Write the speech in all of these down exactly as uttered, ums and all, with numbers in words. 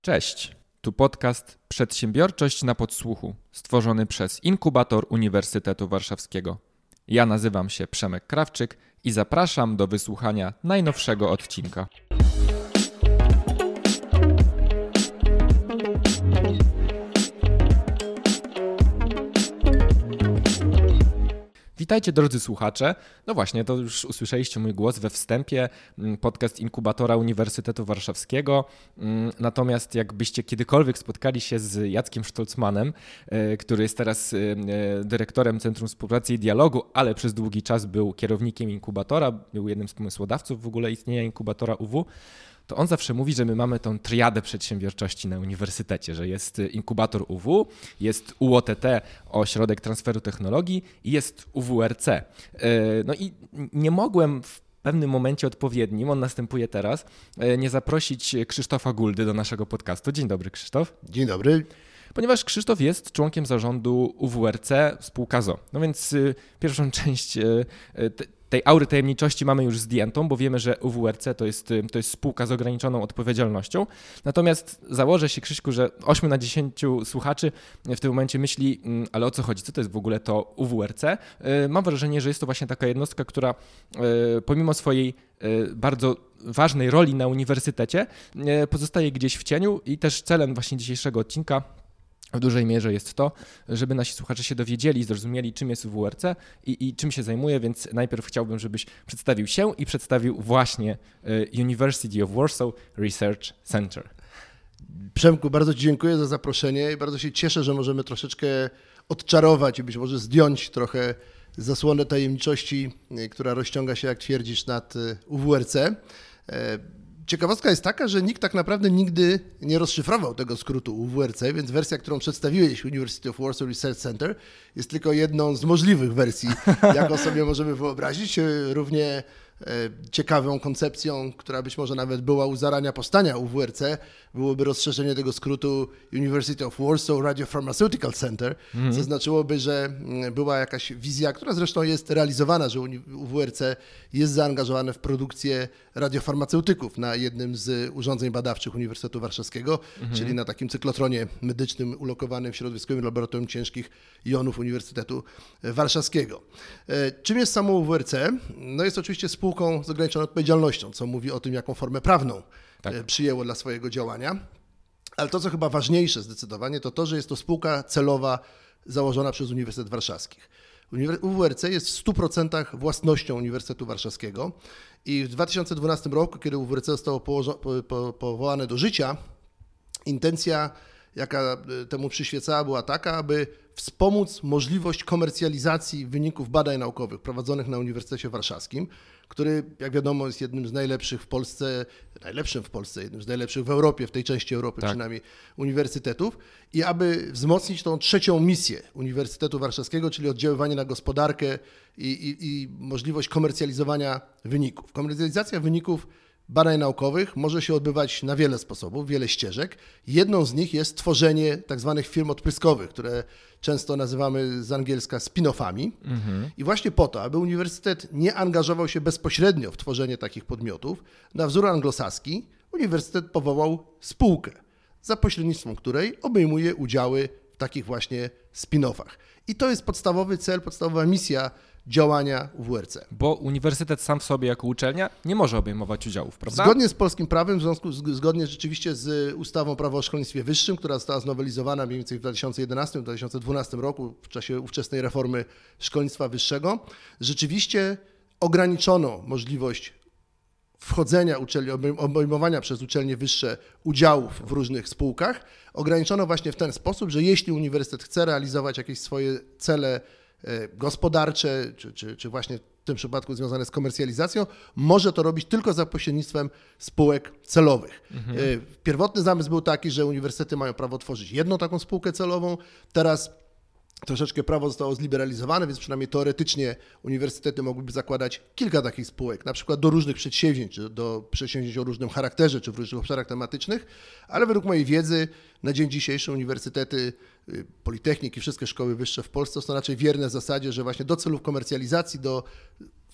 Cześć, tu podcast Przedsiębiorczość na podsłuchu, stworzony przez Inkubator Uniwersytetu Warszawskiego. Ja nazywam się Przemek Krawczyk i zapraszam do wysłuchania najnowszego odcinka. Witajcie drodzy słuchacze. No właśnie, to już usłyszeliście mój głos we wstępie, podcast Inkubatora Uniwersytetu Warszawskiego. Natomiast jakbyście kiedykolwiek spotkali się z Jackiem Sztolcmanem, który jest teraz dyrektorem Centrum Współpracy i Dialogu, ale przez długi czas był kierownikiem Inkubatora, był jednym z pomysłodawców w ogóle istnienia Inkubatora U W, to on zawsze mówi, że my mamy tą triadę przedsiębiorczości na uniwersytecie, że jest Inkubator U W, jest U O T T, Ośrodek Transferu Technologii i jest U W R C. No i nie mogłem w pewnym momencie odpowiednim, on następuje teraz, nie zaprosić Krzysztofa Guldy do naszego podcastu. Dzień dobry, Krzysztof. Dzień dobry. Ponieważ Krzysztof jest członkiem zarządu U W R C, spółka z o o. No więc pierwszą część tej aury tajemniczości mamy już zdjętą, bo wiemy, że U W R C to jest, to jest spółka z ograniczoną odpowiedzialnością. Natomiast założę się, Krzyśku, że osiem na dziesięć słuchaczy w tym momencie myśli, ale o co chodzi, co to jest w ogóle to U W R C? Mam wrażenie, że jest to właśnie taka jednostka, która pomimo swojej bardzo ważnej roli na uniwersytecie pozostaje gdzieś w cieniu i też celem właśnie dzisiejszego odcinka w dużej mierze jest to, żeby nasi słuchacze się dowiedzieli, zrozumieli, czym jest U W R C i, i czym się zajmuje, więc najpierw chciałbym, żebyś przedstawił się i przedstawił właśnie University of Warsaw Research Center. Przemku, bardzo Ci dziękuję za zaproszenie i bardzo się cieszę, że możemy troszeczkę odczarować i być może zdjąć trochę zasłonę tajemniczości, która rozciąga się, jak twierdzisz, nad U W R C. Ciekawostka jest taka, że nikt tak naprawdę nigdy nie rozszyfrował tego skrótu U W R C, więc wersja, którą przedstawiłeś, University of Warsaw Research Center, jest tylko jedną z możliwych wersji, jaką sobie możemy wyobrazić. Równie ciekawą koncepcją, która być może nawet była u zarania powstania U W R C, byłoby rozszerzenie tego skrótu University of Warsaw Radiopharmaceutical Center, mm. co znaczyłoby, że była jakaś wizja, która zresztą jest realizowana, że U W R C jest zaangażowane w produkcję radiofarmaceutyków na jednym z urządzeń badawczych Uniwersytetu Warszawskiego, mm. czyli na takim cyklotronie medycznym ulokowanym w Środowiskowym Laboratorium Ciężkich Jonów Uniwersytetu Warszawskiego. Czym jest samo U W R C? No jest oczywiście spółką z ograniczoną odpowiedzialnością, co mówi o tym, jaką formę prawną tak. przyjęło dla swojego działania. Ale to, co chyba ważniejsze zdecydowanie, to to, że jest to spółka celowa założona przez Uniwersytet Warszawski. U W R C jest w stu procentach własnością Uniwersytetu Warszawskiego i w dwa tysiące dwunastym roku, kiedy U W R C zostało położo- po, po, powołane do życia, intencja, jaka temu przyświecała, była taka, aby wspomóc możliwość komercjalizacji wyników badań naukowych prowadzonych na Uniwersytecie Warszawskim, który, jak wiadomo, jest jednym z najlepszych w Polsce, najlepszym w Polsce, jednym z najlepszych w Europie, w tej części Europy tak. przynajmniej, uniwersytetów i aby wzmocnić tą trzecią misję Uniwersytetu Warszawskiego, czyli oddziaływanie na gospodarkę i, i, i możliwość komercjalizowania wyników. Komercjalizacja wyników badań naukowych może się odbywać na wiele sposobów, wiele ścieżek. Jedną z nich jest tworzenie tak zwanych firm odpryskowych, które często nazywamy z angielska spin-offami. Mhm. I właśnie po to, aby uniwersytet nie angażował się bezpośrednio w tworzenie takich podmiotów, na wzór anglosaski uniwersytet powołał spółkę, za pośrednictwem której obejmuje udziały w takich właśnie spin-offach. I to jest podstawowy cel, podstawowa misja działania U W R C. Bo uniwersytet sam w sobie jako uczelnia nie może obejmować udziałów, prawda? Zgodnie z polskim prawem, w związku z, zgodnie rzeczywiście z ustawą Prawo o szkolnictwie wyższym, która została znowelizowana mniej więcej w dwa tysiące jedenastym dwa tysiące dwunastym roku w czasie ówczesnej reformy szkolnictwa wyższego, rzeczywiście ograniczono możliwość wchodzenia uczelni, obejmowania przez uczelnie wyższe udziałów w różnych spółkach. Ograniczono właśnie w ten sposób, że jeśli uniwersytet chce realizować jakieś swoje cele gospodarcze, czy, czy, czy właśnie w tym przypadku związane z komercjalizacją, może to robić tylko za pośrednictwem spółek celowych. Mhm. Pierwotny zamysł był taki, że uniwersytety mają prawo tworzyć jedną taką spółkę celową. Teraz troszeczkę prawo zostało zliberalizowane, więc przynajmniej teoretycznie uniwersytety mogłyby zakładać kilka takich spółek, na przykład do różnych przedsięwzięć, czy do przedsięwzięć o różnym charakterze, czy w różnych obszarach tematycznych, ale według mojej wiedzy na dzień dzisiejszy uniwersytety, politechniki, wszystkie szkoły wyższe w Polsce są raczej wierne zasadzie, że właśnie do celów komercjalizacji, do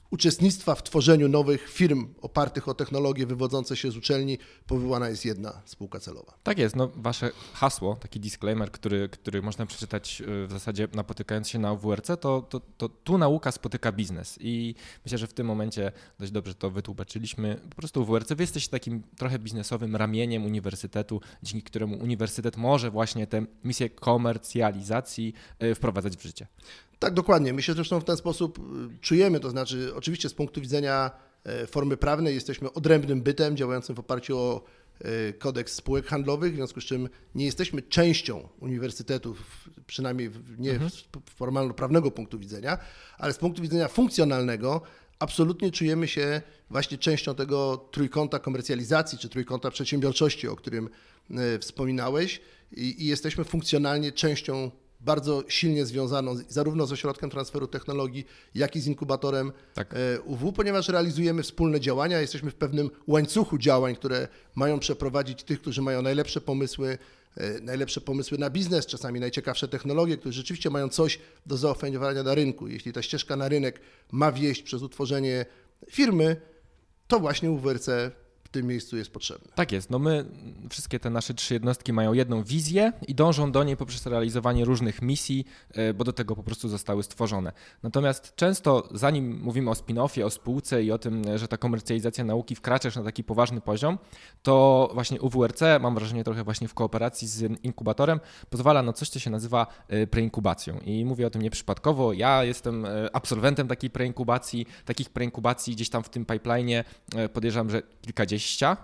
uczestnictwa w tworzeniu nowych firm opartych o technologie wywodzące się z uczelni powołana jest jedna spółka celowa. Tak jest, no wasze hasło, taki disclaimer, który, który można przeczytać w zasadzie napotykając się na U W R C, to, to, to tu nauka spotyka biznes i myślę, że w tym momencie dość dobrze to wytłumaczyliśmy. Po prostu U W R C, wy jesteście takim trochę biznesowym ramieniem uniwersytetu, dzięki któremu uniwersytet może właśnie tę misję komercjalizacji wprowadzać w życie. Tak, dokładnie. My się zresztą w ten sposób czujemy, to znaczy oczywiście z punktu widzenia formy prawnej jesteśmy odrębnym bytem działającym w oparciu o kodeks spółek handlowych, w związku z czym nie jesteśmy częścią uniwersytetu, przynajmniej nie mhm. z formalno-prawnego punktu widzenia, ale z punktu widzenia funkcjonalnego absolutnie czujemy się właśnie częścią tego trójkąta komercjalizacji czy trójkąta przedsiębiorczości, o którym wspominałeś i, i jesteśmy funkcjonalnie częścią bardzo silnie związaną zarówno z Ośrodkiem Transferu Technologii, jak i z inkubatorem tak. U W, ponieważ realizujemy wspólne działania, jesteśmy w pewnym łańcuchu działań, które mają przeprowadzić tych, którzy mają najlepsze pomysły, najlepsze pomysły na biznes, czasami najciekawsze technologie, którzy rzeczywiście mają coś do zaoferowania na rynku. Jeśli ta ścieżka na rynek ma wieść przez utworzenie firmy, to właśnie U W R C w tym miejscu jest potrzebne. Tak jest. No my, wszystkie te nasze trzy jednostki mają jedną wizję i dążą do niej poprzez realizowanie różnych misji, bo do tego po prostu zostały stworzone. Natomiast często, zanim mówimy o spin-offie, o spółce i o tym, że ta komercjalizacja nauki wkracza już na taki poważny poziom, to właśnie U W R C, mam wrażenie trochę właśnie w kooperacji z inkubatorem, pozwala na coś, co się nazywa preinkubacją. I mówię o tym nieprzypadkowo. Ja jestem absolwentem takiej preinkubacji. Takich preinkubacji gdzieś tam w tym pipeline'ie podejrzewam, że kilkadziesiąt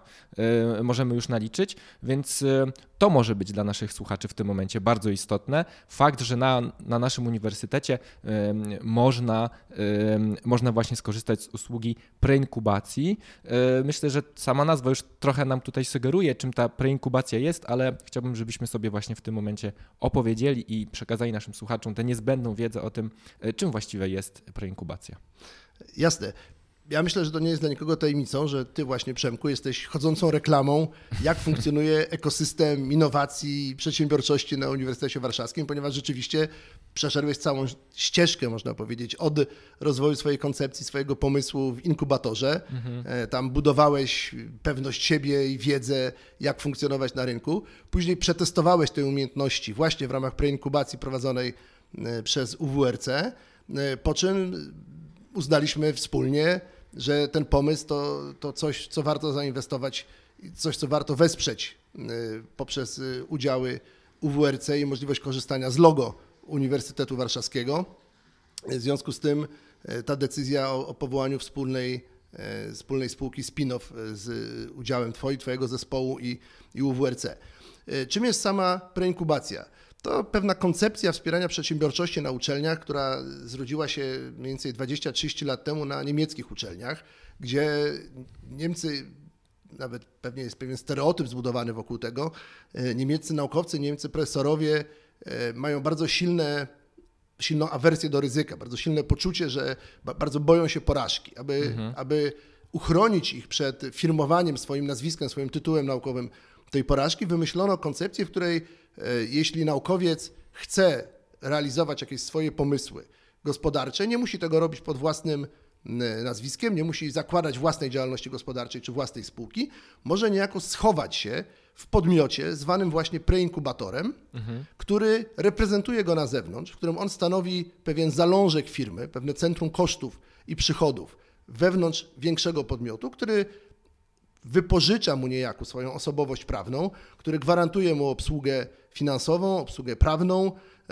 możemy już naliczyć, więc to może być dla naszych słuchaczy w tym momencie bardzo istotne. Fakt, że na, na naszym uniwersytecie można, można właśnie skorzystać z usługi preinkubacji. Myślę, że sama nazwa już trochę nam tutaj sugeruje, czym ta preinkubacja jest, ale chciałbym, żebyśmy sobie właśnie w tym momencie opowiedzieli i przekazali naszym słuchaczom tę niezbędną wiedzę o tym, czym właściwie jest preinkubacja. Jasne. Ja myślę, że to nie jest dla nikogo tajemnicą, że ty właśnie, Przemku, jesteś chodzącą reklamą, jak funkcjonuje ekosystem innowacji i przedsiębiorczości na Uniwersytecie Warszawskim, ponieważ rzeczywiście przeszedłeś całą ścieżkę, można powiedzieć, od rozwoju swojej koncepcji, swojego pomysłu w inkubatorze. Mhm. Tam budowałeś pewność siebie i wiedzę, jak funkcjonować na rynku. Później przetestowałeś te umiejętności właśnie w ramach preinkubacji prowadzonej przez U W R C, po czym uznaliśmy wspólnie, że ten pomysł to, to coś, co warto zainwestować, coś, co warto wesprzeć poprzez udziały U W R C i możliwość korzystania z logo Uniwersytetu Warszawskiego. W związku z tym ta decyzja o, o powołaniu wspólnej, wspólnej spółki spin-off z udziałem Twoim, Twojego zespołu i, i U W R C. Czym jest sama preinkubacja? To pewna koncepcja wspierania przedsiębiorczości na uczelniach, która zrodziła się mniej więcej dwadzieścia trzydzieści lat temu na niemieckich uczelniach, gdzie Niemcy, nawet pewnie jest pewien stereotyp zbudowany wokół tego, niemieccy naukowcy, niemieccy profesorowie mają bardzo silne, silną awersję do ryzyka, bardzo silne poczucie, że bardzo boją się porażki. Aby, mhm. aby uchronić ich przed firmowaniem swoim nazwiskiem, swoim tytułem naukowym tej porażki, wymyślono koncepcję, w której jeśli naukowiec chce realizować jakieś swoje pomysły gospodarcze, nie musi tego robić pod własnym nazwiskiem, nie musi zakładać własnej działalności gospodarczej czy własnej spółki, może niejako schować się w podmiocie zwanym właśnie preinkubatorem, mhm. który reprezentuje go na zewnątrz, w którym on stanowi pewien zalążek firmy, pewne centrum kosztów i przychodów wewnątrz większego podmiotu, który wypożycza mu niejako swoją osobowość prawną, który gwarantuje mu obsługę finansową, obsługę prawną,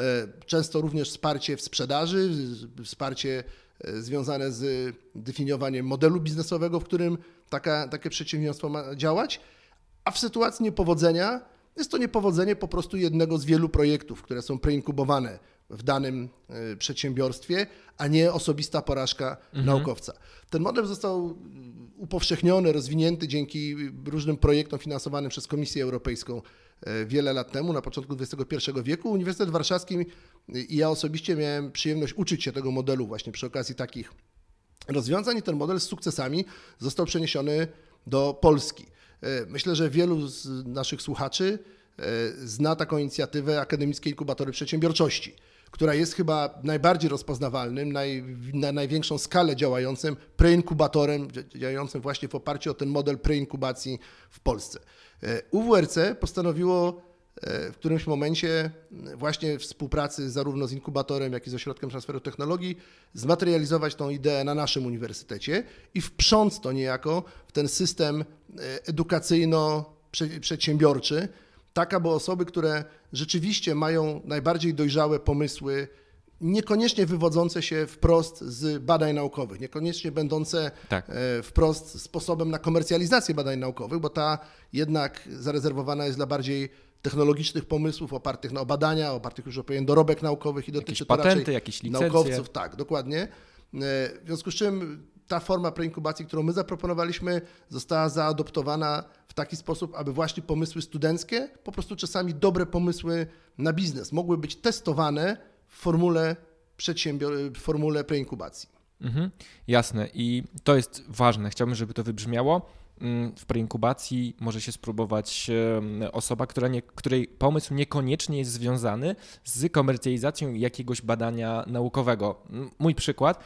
często również wsparcie w sprzedaży, wsparcie związane z definiowaniem modelu biznesowego, w którym taka, takie przedsiębiorstwo ma działać, a w sytuacji niepowodzenia jest to niepowodzenie po prostu jednego z wielu projektów, które są preinkubowane w danym przedsiębiorstwie, a nie osobista porażka mhm. naukowca. Ten model został upowszechniony, rozwinięty dzięki różnym projektom finansowanym przez Komisję Europejską wiele lat temu, na początku dwudziestego pierwszego wieku. Uniwersytet Warszawski i ja osobiście miałem przyjemność uczyć się tego modelu właśnie przy okazji takich rozwiązań i ten model z sukcesami został przeniesiony do Polski. Myślę, że wielu z naszych słuchaczy zna taką inicjatywę Akademickie Inkubatory Przedsiębiorczości. która jest chyba najbardziej rozpoznawalnym, naj, na największą skalę działającym preinkubatorem, działającym właśnie w oparciu o ten model preinkubacji w Polsce. U W R C postanowiło w którymś momencie właśnie w współpracy zarówno z inkubatorem, jak i z Ośrodkiem Transferu Technologii zmaterializować tą ideę na naszym uniwersytecie i wprząc to niejako w ten system edukacyjno-przedsiębiorczy, tak aby osoby, które rzeczywiście mają najbardziej dojrzałe pomysły, niekoniecznie wywodzące się wprost z badań naukowych, niekoniecznie będące tak. wprost sposobem na komercjalizację badań naukowych, bo ta jednak zarezerwowana jest dla bardziej technologicznych pomysłów opartych na badania, opartych już o pewien dorobek naukowych i dotyczy jakieś to patenty, raczej jakieś licencje. Naukowców. Tak, dokładnie. W związku z czym ta forma preinkubacji, którą my zaproponowaliśmy, została zaadoptowana w taki sposób, aby właśnie pomysły studenckie, po prostu czasami dobre pomysły na biznes, mogły być testowane w formule, przedsiębior- w formule preinkubacji. Mhm, jasne i to jest ważne. Chciałbym, żeby to wybrzmiało. W preinkubacji może się spróbować osoba, która nie, której pomysł niekoniecznie jest związany z komercjalizacją jakiegoś badania naukowego. Mój przykład,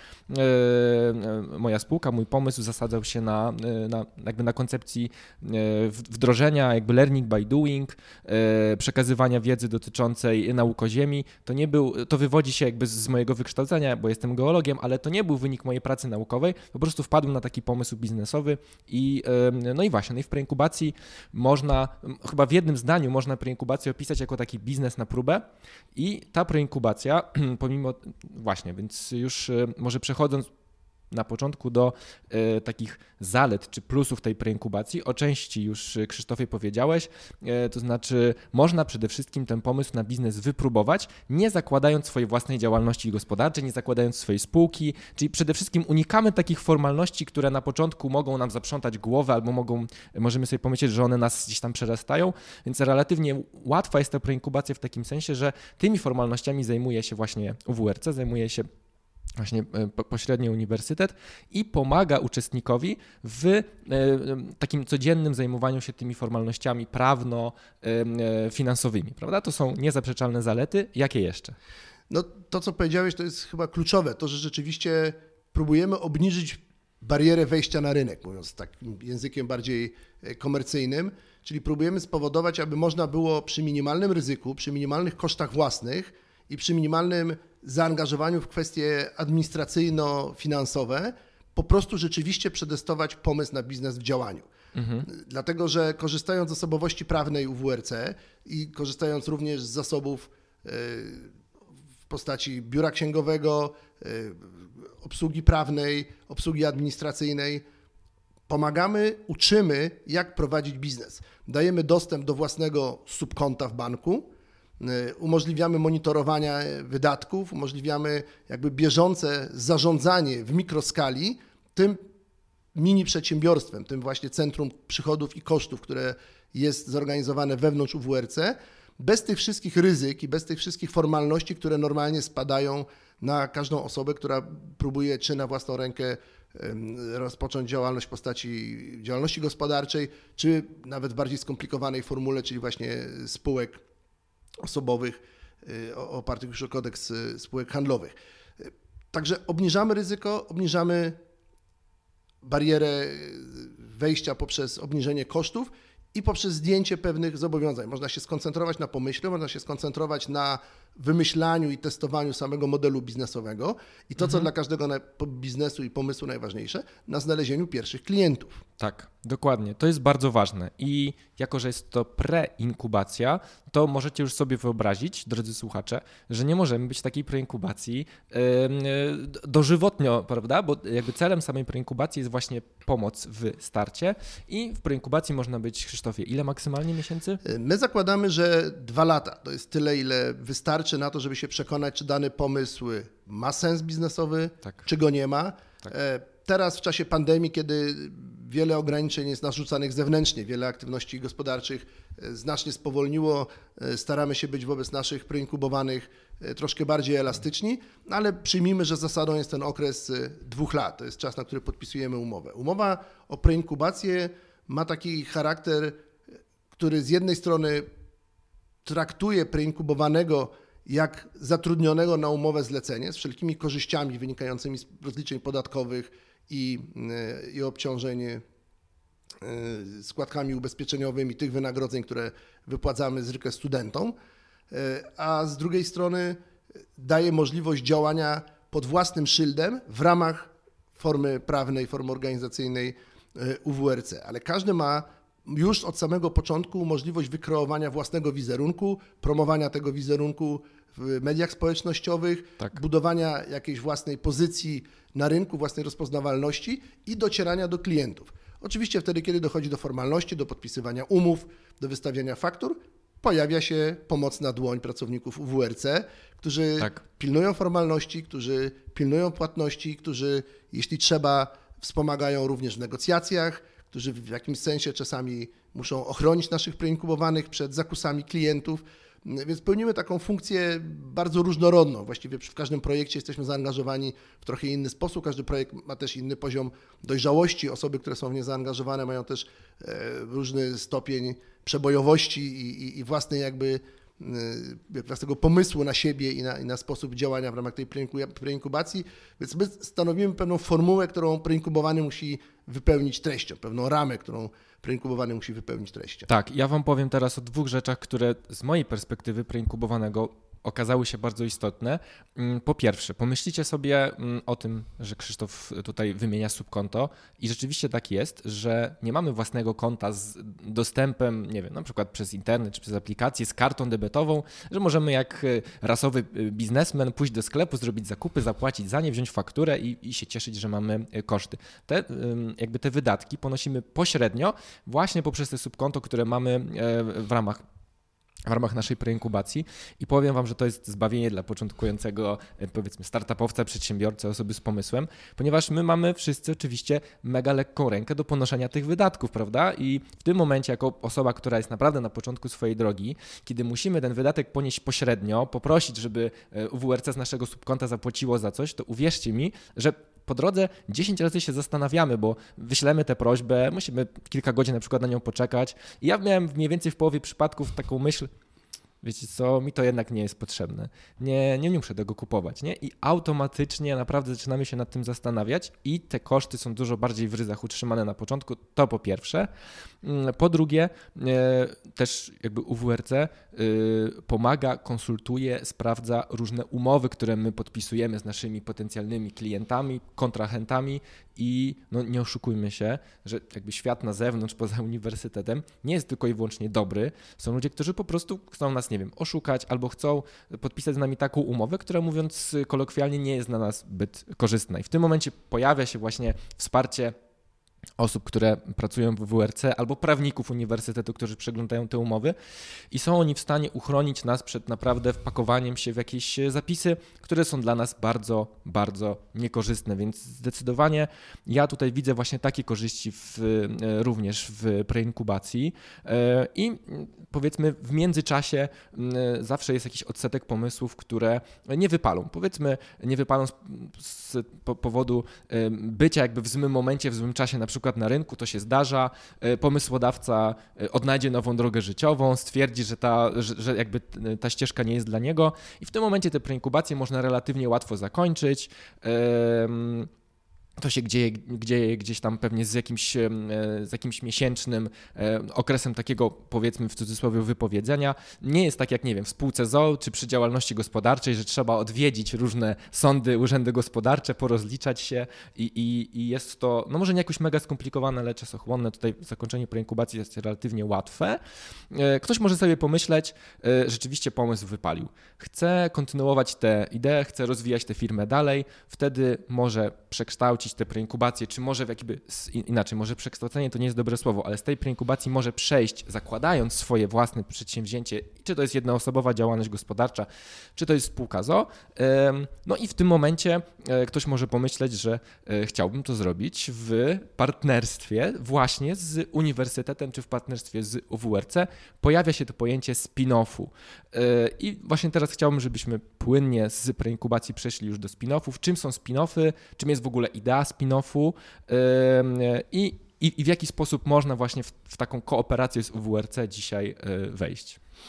moja spółka, mój pomysł zasadzał się na, na, jakby na koncepcji wdrożenia jakby learning by doing, przekazywania wiedzy dotyczącej naukoziemi. To nie był, to wywodzi się jakby z mojego wykształcenia, bo jestem geologiem, ale to nie był wynik mojej pracy naukowej, po prostu wpadłem na taki pomysł biznesowy i no i właśnie, no i w preinkubacji można, chyba w jednym zdaniu można preinkubację opisać jako taki biznes na próbę i ta preinkubacja, pomimo, właśnie, więc już może przechodząc na początku do e, takich zalet czy plusów tej preinkubacji, o części już Krzysztofie powiedziałeś, e, to znaczy można przede wszystkim ten pomysł na biznes wypróbować, nie zakładając swojej własnej działalności gospodarczej, nie zakładając swojej spółki, czyli przede wszystkim unikamy takich formalności, które na początku mogą nam zaprzątać głowę albo mogą, możemy sobie pomyśleć, że one nas gdzieś tam przerastają, więc relatywnie łatwa jest ta preinkubacja w takim sensie, że tymi formalnościami zajmuje się właśnie U W R C, zajmuje się właśnie pośrednio uniwersytet i pomaga uczestnikowi w takim codziennym zajmowaniu się tymi formalnościami prawno-finansowymi, prawda? To są niezaprzeczalne zalety. Jakie jeszcze? No to, co powiedziałeś, to jest chyba kluczowe, to, że rzeczywiście próbujemy obniżyć barierę wejścia na rynek, mówiąc takim językiem bardziej komercyjnym, czyli próbujemy spowodować, aby można było przy minimalnym ryzyku, przy minimalnych kosztach własnych i przy minimalnym zaangażowaniu w kwestie administracyjno-finansowe po prostu rzeczywiście przetestować pomysł na biznes w działaniu. Mhm. Dlatego, że korzystając z osobowości prawnej U W R C i korzystając również z zasobów w postaci biura księgowego, obsługi prawnej, obsługi administracyjnej, pomagamy, uczymy, jak prowadzić biznes. Dajemy dostęp do własnego subkonta w banku, umożliwiamy monitorowanie wydatków, umożliwiamy jakby bieżące zarządzanie w mikroskali tym mini przedsiębiorstwem, tym właśnie centrum przychodów i kosztów, które jest zorganizowane wewnątrz U W R C, bez tych wszystkich ryzyk i bez tych wszystkich formalności, które normalnie spadają na każdą osobę, która próbuje czy na własną rękę rozpocząć działalność w postaci działalności gospodarczej, czy nawet w bardziej skomplikowanej formule, czyli właśnie spółek osobowych opartych już o kodeks spółek handlowych. Także obniżamy ryzyko, obniżamy barierę wejścia poprzez obniżenie kosztów i poprzez zdjęcie pewnych zobowiązań. Można się skoncentrować na pomyśle, można się skoncentrować na wymyślaniu i testowaniu samego modelu biznesowego i to, mhm. co dla każdego biznesu i pomysłu najważniejsze, na znalezieniu pierwszych klientów. Tak, dokładnie. To jest bardzo ważne i jako, że jest to preinkubacja, to możecie już sobie wyobrazić, drodzy słuchacze, że nie możemy być w takiej preinkubacji yy, dożywotnio, prawda? Bo jakby celem samej preinkubacji jest właśnie pomoc w starcie i w preinkubacji można być, Krzysztofie, ile maksymalnie miesięcy? My zakładamy, że dwa lata. To jest tyle, ile wystarczy na to, żeby się przekonać, czy dany pomysł ma sens biznesowy, tak. czy go nie ma. Tak. Teraz w czasie pandemii, kiedy wiele ograniczeń jest narzucanych zewnętrznie, wiele aktywności gospodarczych znacznie spowolniło, staramy się być wobec naszych preinkubowanych troszkę bardziej elastyczni, ale przyjmijmy, że zasadą jest ten okres dwóch lat. To jest czas, na który podpisujemy umowę. Umowa o preinkubację ma taki charakter, który z jednej strony traktuje preinkubowanego jak zatrudnionego na umowę zlecenie z wszelkimi korzyściami wynikającymi z rozliczeń podatkowych i, i obciążeń składkami ubezpieczeniowymi tych wynagrodzeń, które wypłacamy zwykle studentom, a z drugiej strony daje możliwość działania pod własnym szyldem w ramach formy prawnej, formy organizacyjnej U W R C. Ale każdy ma już od samego początku możliwość wykreowania własnego wizerunku, promowania tego wizerunku w mediach społecznościowych, tak. budowania jakiejś własnej pozycji na rynku, własnej rozpoznawalności i docierania do klientów. Oczywiście wtedy, kiedy dochodzi do formalności, do podpisywania umów, do wystawiania faktur, pojawia się pomocna dłoń pracowników U W R C, którzy tak. pilnują formalności, którzy pilnują płatności, którzy, jeśli trzeba, wspomagają również w negocjacjach, którzy w jakimś sensie czasami muszą ochronić naszych preinkubowanych przed zakusami klientów, więc pełnimy taką funkcję bardzo różnorodną. Właściwie w każdym projekcie jesteśmy zaangażowani w trochę inny sposób. Każdy projekt ma też inny poziom dojrzałości. Osoby, które są w nie zaangażowane, mają też różny stopień przebojowości i, i, i własnej jakby własnego pomysłu na siebie i na, i na sposób działania w ramach tej preinkubacji, więc my stanowimy pewną formułę, którą preinkubowany musi wypełnić treścią, pewną ramę, którą preinkubowany musi wypełnić treścią. Tak, ja Wam powiem teraz o dwóch rzeczach, które z mojej perspektywy preinkubowanego okazały się bardzo istotne. Po pierwsze, pomyślicie sobie o tym, że Krzysztof tutaj wymienia subkonto i rzeczywiście tak jest, że nie mamy własnego konta z dostępem, nie wiem, na przykład przez internet czy przez aplikację z kartą debetową, że możemy jak rasowy biznesmen pójść do sklepu, zrobić zakupy, zapłacić za nie, wziąć fakturę i, i się cieszyć, że mamy koszty. Te, jakby te wydatki ponosimy pośrednio właśnie poprzez te subkonto, które mamy w ramach w ramach naszej preinkubacji i powiem Wam, że to jest zbawienie dla początkującego, powiedzmy, startupowca, przedsiębiorcy, osoby z pomysłem, ponieważ my mamy wszyscy oczywiście mega lekką rękę do ponoszenia tych wydatków, prawda? I w tym momencie jako osoba, która jest naprawdę na początku swojej drogi, kiedy musimy ten wydatek ponieść pośrednio, poprosić, żeby U W R C z naszego subkonta zapłaciło za coś, to uwierzcie mi, że po drodze dziesięć razy się zastanawiamy, bo wyślemy tę prośbę, musimy kilka godzin na przykład na nią poczekać. I ja miałem mniej więcej w połowie przypadków taką myśl, wiecie co, mi to jednak nie jest potrzebne. Nie, nie muszę tego kupować, nie? I automatycznie naprawdę zaczynamy się nad tym zastanawiać i te koszty są dużo bardziej w ryzach utrzymane na początku, to po pierwsze. Po drugie, też jakby U W R C pomaga, konsultuje, sprawdza różne umowy, które my podpisujemy z naszymi potencjalnymi klientami, kontrahentami i no nie oszukujmy się, że jakby świat na zewnątrz, poza uniwersytetem nie jest tylko i wyłącznie dobry. Są ludzie, którzy po prostu chcą nas, nie wiem, oszukać albo chcą podpisać z nami taką umowę, która mówiąc kolokwialnie nie jest dla nas zbyt korzystna. I w tym momencie pojawia się właśnie wsparcie osób, które pracują w W R C albo prawników uniwersytetu, którzy przeglądają te umowy i są oni w stanie uchronić nas przed naprawdę wpakowaniem się w jakieś zapisy, które są dla nas bardzo, bardzo niekorzystne, więc zdecydowanie ja tutaj widzę właśnie takie korzyści w, również w preinkubacji i powiedzmy w międzyczasie zawsze jest jakiś odsetek pomysłów, które nie wypalą. Powiedzmy nie wypalą z, z powodu bycia jakby w złym momencie, w złym czasie, na przykład na rynku, to się zdarza, pomysłodawca odnajdzie nową drogę życiową, stwierdzi, że ta, że, że jakby ta ścieżka nie jest dla niego i w tym momencie te preinkubacje można relatywnie łatwo zakończyć. To się dzieje, dzieje gdzieś tam pewnie z jakimś, z jakimś miesięcznym okresem takiego, powiedzmy w cudzysłowie, wypowiedzenia. Nie jest tak jak, nie wiem, w spółce z o o czy przy działalności gospodarczej, że trzeba odwiedzić różne sądy, urzędy gospodarcze, porozliczać się i, i, i jest to, no może nie jakoś mega skomplikowane, ale czasochłonne. Tutaj zakończenie preinkubacji jest relatywnie łatwe. Ktoś może sobie pomyśleć, rzeczywiście pomysł wypalił. Chcę kontynuować tę ideę, chcę rozwijać tę firmę dalej, wtedy może przekształcić te preinkubacje, czy może w jakby inaczej, może przekształcenie to nie jest dobre słowo, ale z tej preinkubacji może przejść, zakładając swoje własne przedsięwzięcie, czy to jest jednoosobowa działalność gospodarcza, czy to jest spółka z o o. No i w tym momencie ktoś może pomyśleć, że chciałbym to zrobić w partnerstwie właśnie z uniwersytetem, czy w partnerstwie z U W R C. Pojawia się to pojęcie spin-offu. I właśnie teraz chciałbym, żebyśmy płynnie z preinkubacji przeszli już do spin-offów. Czym są spin-offy? Czym jest w ogóle idea spin-offu i, i w jaki sposób można właśnie w, w taką kooperację z U W R C dzisiaj wejść?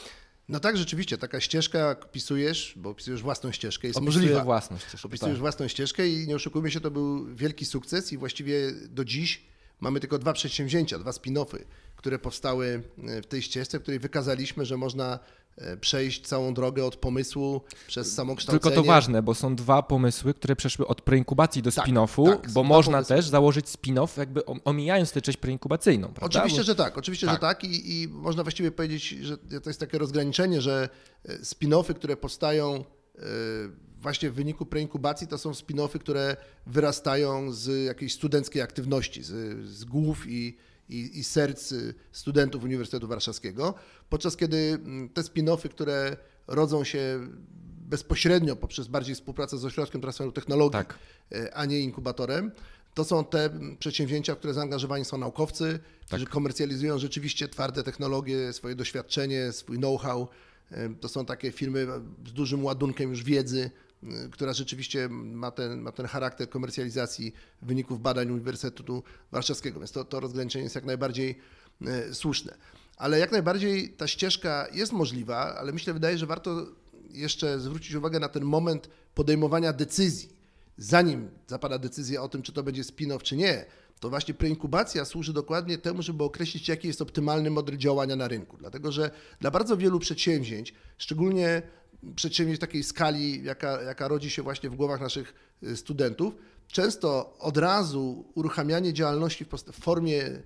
No tak, rzeczywiście, taka ścieżka, jak pisujesz, bo pisujesz własną ścieżkę, jest Opisuję możliwa. własną ścieżkę. Opisujesz tak. własną ścieżkę i nie oszukujmy się, to był wielki sukces i właściwie do dziś mamy tylko dwa przedsięwzięcia, dwa spin-offy, które powstały w tej ścieżce, w której wykazaliśmy, że można przejść całą drogę od pomysłu przez samokształcenie. Tylko to ważne, bo są dwa pomysły, które przeszły od preinkubacji do tak, spin-offu, tak, bo można pomysły. też założyć spin-off jakby omijając tę część preinkubacyjną, prawda? Oczywiście, bo... że tak, oczywiście, tak. że tak I, i można właściwie powiedzieć, że to jest takie rozgraniczenie, że spin-offy, które powstają właśnie w wyniku preinkubacji, to są spin-offy, które wyrastają z jakiejś studenckiej aktywności, z, z głów i, i, i serc studentów Uniwersytetu Warszawskiego, podczas kiedy te spin-offy, które rodzą się bezpośrednio poprzez bardziej współpracę z Ośrodkiem Transferu Technologii, tak. a nie inkubatorem, to są te przedsięwzięcia, w które zaangażowani są naukowcy, tak. którzy komercjalizują rzeczywiście twarde technologie, swoje doświadczenie, swój know-how. To są takie firmy z dużym ładunkiem już wiedzy, która rzeczywiście ma ten, ma ten charakter komercjalizacji wyników badań Uniwersytetu Warszawskiego, więc to, to rozgraniczenie jest jak najbardziej e, słuszne. Ale jak najbardziej ta ścieżka jest możliwa, ale myślę, wydaje, że warto jeszcze zwrócić uwagę na ten moment podejmowania decyzji. Zanim zapada decyzja o tym, czy to będzie spin-off, czy nie, to właśnie preinkubacja służy dokładnie temu, żeby określić, jaki jest optymalny model działania na rynku. Dlatego, że dla bardzo wielu przedsięwzięć, szczególnie przedsięwzięć takiej skali, jaka, jaka rodzi się właśnie w głowach naszych studentów, często od razu uruchamianie działalności w, w formie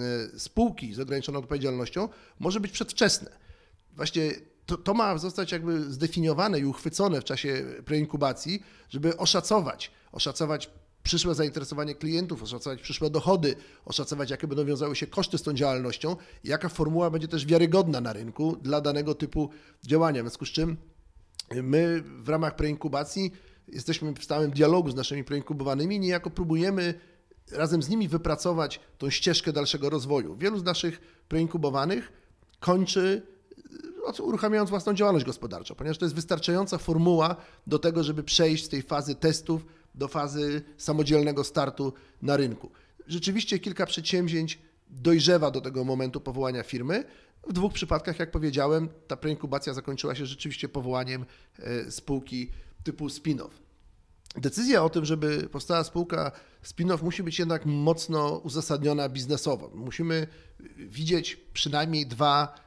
spółki z ograniczoną odpowiedzialnością może być przedwczesne. Właśnie to, to ma zostać jakby zdefiniowane i uchwycone w czasie preinkubacji, żeby oszacować, oszacować przyszłe zainteresowanie klientów, oszacować przyszłe dochody, oszacować, jakie będą wiązały się koszty z tą działalnością i jaka formuła będzie też wiarygodna na rynku dla danego typu działania. W związku z czym my w ramach preinkubacji jesteśmy w stałym dialogu z naszymi preinkubowanymi i niejako próbujemy razem z nimi wypracować tą ścieżkę dalszego rozwoju. Wielu z naszych preinkubowanych kończy uruchamiając własną działalność gospodarczą, ponieważ to jest wystarczająca formuła do tego, żeby przejść z tej fazy testów do fazy samodzielnego startu na rynku. Rzeczywiście kilka przedsięwzięć dojrzewa do tego momentu powołania firmy. W dwóch przypadkach, jak powiedziałem, ta preinkubacja zakończyła się rzeczywiście powołaniem spółki typu spin-off. Decyzja o tym, żeby powstała spółka spin-off, musi być jednak mocno uzasadniona biznesowo. Musimy widzieć przynajmniej dwa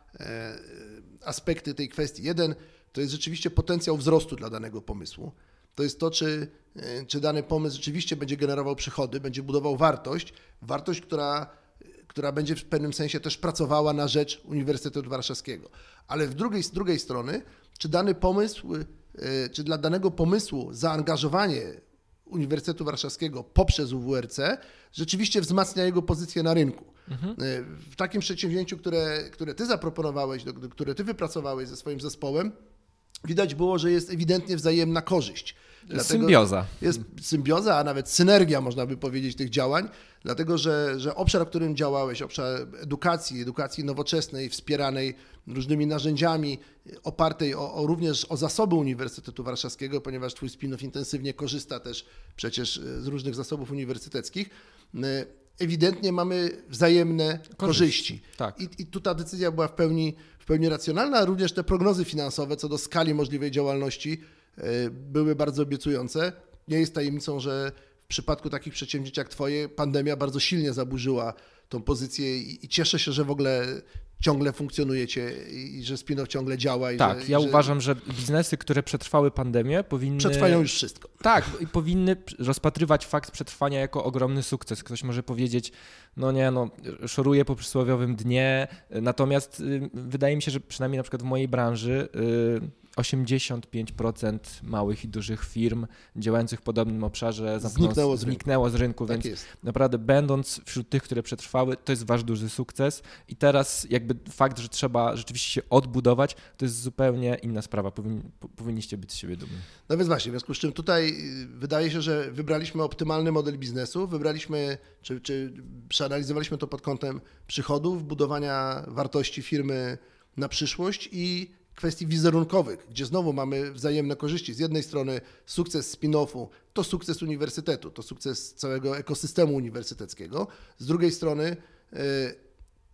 aspekty tej kwestii. Jeden to jest rzeczywiście potencjał wzrostu dla danego pomysłu. To jest to, czy, czy dany pomysł rzeczywiście będzie generował przychody, będzie budował wartość, wartość, która, która będzie w pewnym sensie też pracowała na rzecz Uniwersytetu Warszawskiego. Ale w drugiej, z drugiej strony, czy dany pomysł, czy dla danego pomysłu zaangażowanie Uniwersytetu Warszawskiego poprzez U W R C rzeczywiście wzmacnia jego pozycję na rynku. Mhm. W takim przedsięwzięciu, które, które ty zaproponowałeś, które ty wypracowałeś ze swoim zespołem, widać było, że jest ewidentnie wzajemna korzyść. Dlatego symbioza. Jest symbioza, a nawet synergia, można by powiedzieć, tych działań, dlatego że, że obszar, w którym działałeś, obszar edukacji, edukacji nowoczesnej, wspieranej różnymi narzędziami, opartej o, o również o zasoby Uniwersytetu Warszawskiego, ponieważ twój spin-off intensywnie korzysta też przecież z różnych zasobów uniwersyteckich, ewidentnie mamy wzajemne korzyści. korzyści. Tak. I, I tu ta decyzja była w pełni, w pełni racjonalna, a również te prognozy finansowe co do skali możliwej działalności były bardzo obiecujące. Nie jest tajemnicą, że w przypadku takich przedsięwzięć jak twoje pandemia bardzo silnie zaburzyła tą pozycję i, i cieszę się, że w ogóle ciągle funkcjonujecie i że spin-off ciągle działa. I tak, że, ja i że... uważam, że biznesy, które przetrwały pandemię powinny... Przetrwają już wszystko. Tak, i powinny rozpatrywać fakt przetrwania jako ogromny sukces. Ktoś może powiedzieć, no nie, no szoruję po przysłowiowym dnie, natomiast y, wydaje mi się, że przynajmniej na przykład w mojej branży y, osiemdziesiąt pięć procent małych i dużych firm działających w podobnym obszarze zniknęło z zniknęło rynku, z rynku tak więc jest. Naprawdę będąc wśród tych, które przetrwały, to jest wasz duży sukces i teraz jakby fakt, że trzeba rzeczywiście się odbudować, to jest zupełnie inna sprawa. Powin, powinniście być z siebie dumni. No więc właśnie, w związku z czym tutaj wydaje się, że wybraliśmy optymalny model biznesu, wybraliśmy, czy, czy przeanalizowaliśmy to pod kątem przychodów, budowania wartości firmy na przyszłość i kwestii wizerunkowych, gdzie znowu mamy wzajemne korzyści. Z jednej strony sukces spin-offu to sukces uniwersytetu, to sukces całego ekosystemu uniwersyteckiego. Z drugiej strony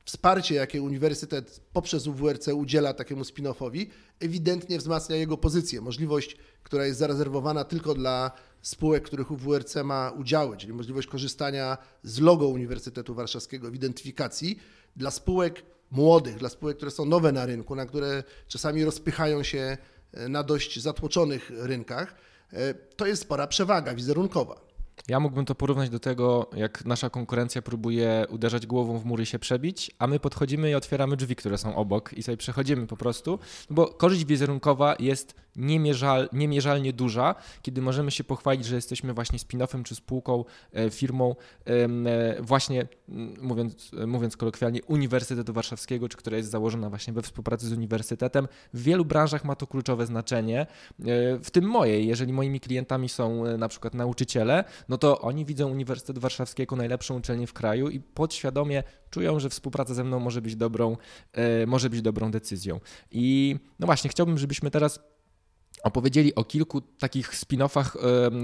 wsparcie, jakie uniwersytet poprzez U W R C udziela takiemu spin-offowi, ewidentnie wzmacnia jego pozycję. Możliwość, która jest zarezerwowana tylko dla spółek, w których U W R C ma udziały, czyli możliwość korzystania z logo Uniwersytetu Warszawskiego w identyfikacji dla spółek młodych, dla spółek, które są nowe na rynku, na które czasami rozpychają się na dość zatłoczonych rynkach, to jest spora przewaga wizerunkowa. Ja mógłbym to porównać do tego, jak nasza konkurencja próbuje uderzać głową w mur i się przebić, a my podchodzimy i otwieramy drzwi, które są obok i sobie przechodzimy po prostu, bo korzyść wizerunkowa jest niemierzal, niemierzalnie duża, kiedy możemy się pochwalić, że jesteśmy właśnie spin-offem czy spółką, firmą właśnie, mówiąc, mówiąc kolokwialnie, Uniwersytetu Warszawskiego, czy która jest założona właśnie we współpracy z uniwersytetem. W wielu branżach ma to kluczowe znaczenie, w tym mojej. Jeżeli moimi klientami są na przykład nauczyciele, no to oni widzą Uniwersytet Warszawski jako najlepszą uczelnię w kraju i podświadomie czują, że współpraca ze mną może być dobrą, może być dobrą decyzją. I no właśnie, chciałbym, żebyśmy teraz opowiedzieli o kilku takich spin-offach,